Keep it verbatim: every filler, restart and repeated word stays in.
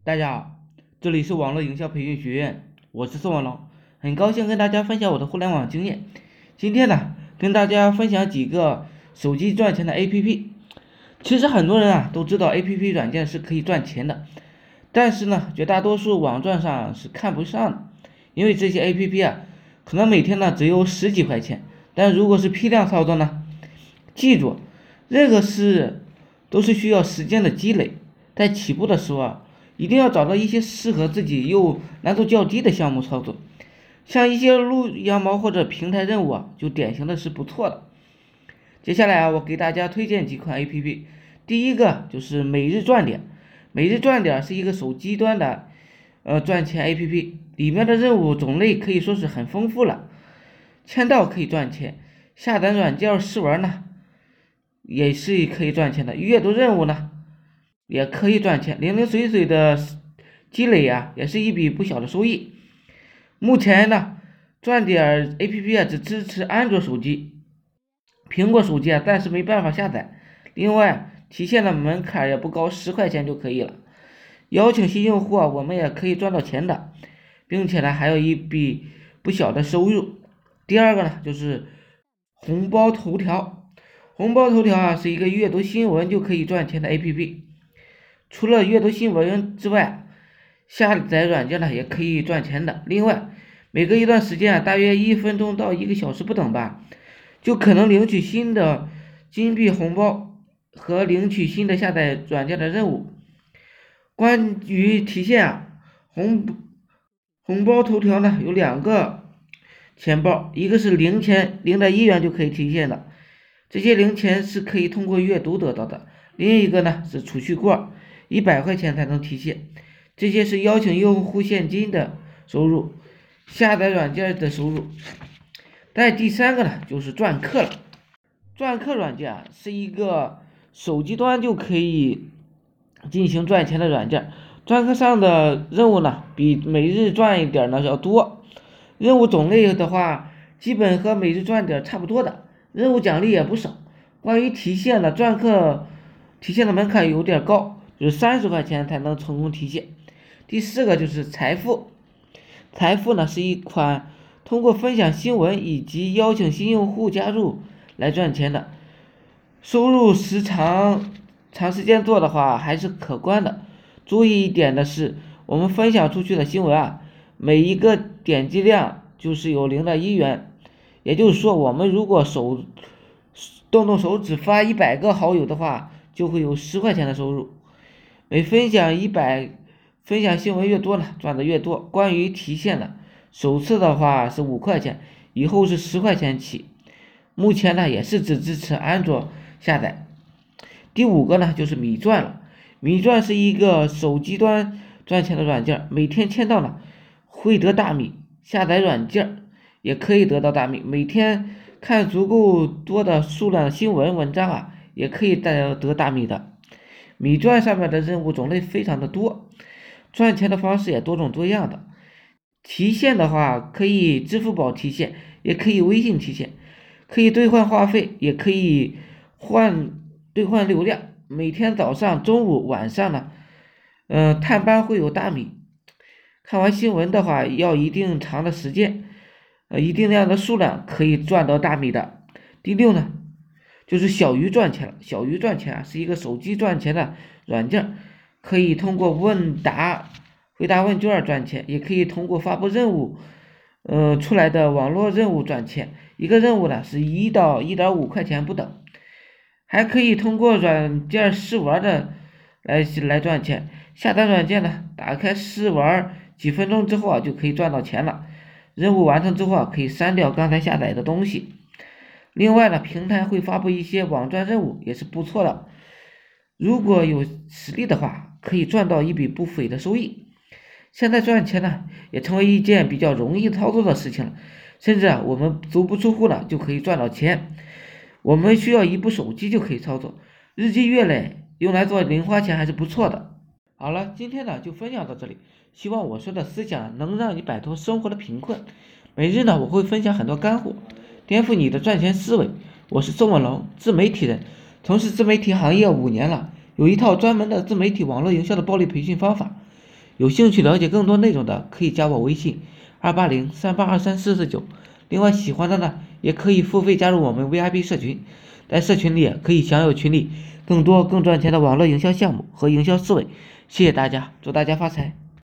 大家好，这里是网络营销培训学院，我是宋文龙，很高兴跟大家分享我的互联网经验。今天呢，跟大家分享几个手机赚钱的 A P P。其实很多人啊都知道 A P P 软件是可以赚钱的，但是呢，绝大多数网站上是看不上的，因为这些 A P P 啊，可能每天呢只有十几块钱，但如果是批量操作呢，记住，任何事都是需要时间的积累，在起步的时候啊。一定要找到一些适合自己又难度较低的项目操作，像一些撸羊毛或者平台任务啊，就典型的是不错的。接下来啊，我给大家推荐几款 A P P， 第一个就是每日赚点。每日赚点是一个手机端的呃赚钱 A P P， 里面的任务种类可以说是很丰富了，签到可以赚钱，下载软件试玩呢也是可以赚钱的，阅读任务呢也可以赚钱，零零碎碎的积累呀、啊，也是一笔不小的收益。目前呢，赚点 A P P 啊只支持安卓手机，苹果手机啊暂时没办法下载。另外，提现的门槛也不高，十块钱就可以了。邀请新用户啊，我们也可以赚到钱的，并且呢还有一笔不小的收入。第二个呢就是红包头条，红包头条啊是一个阅读新闻就可以赚钱的 A P P。除了阅读新闻之外，下载软件呢也可以赚钱的。另外，每隔一段时间啊，大约一分钟到一个小时不等吧，就可能领取新的金币红包和领取新的下载软件的任务。关于提现啊，红红包头条呢有两个钱包，一个是零钱，零点一元就可以提现的，这些零钱是可以通过阅读得到的。另一个呢是储蓄罐。一百块钱才能提现，这些是邀请用户现金的收入，下载软件的收入。再第三个呢，就是赚客了。赚客软件啊，是一个手机端就可以进行赚钱的软件。赚客上的任务呢，比每日赚一点呢要多。任务种类的话，基本和每日赚点差不多的，任务奖励也不少。关于提现呢，赚客提现的门槛有点高。就是三十块钱才能成功提现。第四个就是财富，财富呢是一款通过分享新闻以及邀请新用户加入来赚钱的，收入时长长时间做的话还是可观的。注意一点的是，我们分享出去的新闻啊，每一个点击量就是有零点一元，也就是说，我们如果手动动手指发一百个好友的话，就会有十块钱的收入。每分享一百，分享新闻越多呢，赚的越多。关于提现的，首次的话是五块钱，以后是十块钱起。目前呢也是只支持安卓下载。第五个呢就是米钻了，米钻是一个手机端赚钱的软件，每天签到呢会得大米，下载软件也可以得到大米，每天看足够多的数量的新闻文章啊，也可以得得大米的。米钻上面的任务种类非常的多，赚钱的方式也多种多样的。提现的话，可以支付宝提现，也可以微信提现，可以兑换话费，也可以换兑换流量。每天早上、中午、晚上呢，嗯、呃，探班会有大米。看完新闻的话，要一定长的时间，呃，一定量的数量可以赚到大米的。第六呢？就是小鱼赚钱了，小鱼赚钱啊，是一个手机赚钱的软件，可以通过问答、回答问卷赚钱，也可以通过发布任务，呃出来的网络任务赚钱。一个任务呢是一到一点五块钱不等，还可以通过软件试玩的来来赚钱。下载软件呢，打开试玩，几分钟之后啊就可以赚到钱了。任务完成之后啊，可以删掉刚才下载的东西。另外呢，平台会发布一些网赚任务，也是不错的。如果有实力的话，可以赚到一笔不菲的收益。现在赚钱呢，也成为一件比较容易操作的事情了，甚至啊，我们足不出户呢就可以赚到钱。我们需要一部手机就可以操作，日积月累，用来做零花钱还是不错的。好了，今天呢就分享到这里，希望我说的思想能让你摆脱生活的贫困。每日呢，我会分享很多干货。颠覆你的赚钱思维，我是宋文龙，自媒体人，从事自媒体行业五年了，有一套专门的自媒体网络营销的暴力培训方法， 有兴趣了解更多内容的，可以加我微信二八零三八二三四四九。另外喜欢的呢，也可以付费加入我们 V I P 社群，在社群里可以享有群里更多更赚钱的网络营销项目和营销思维。谢谢大家，祝大家发财。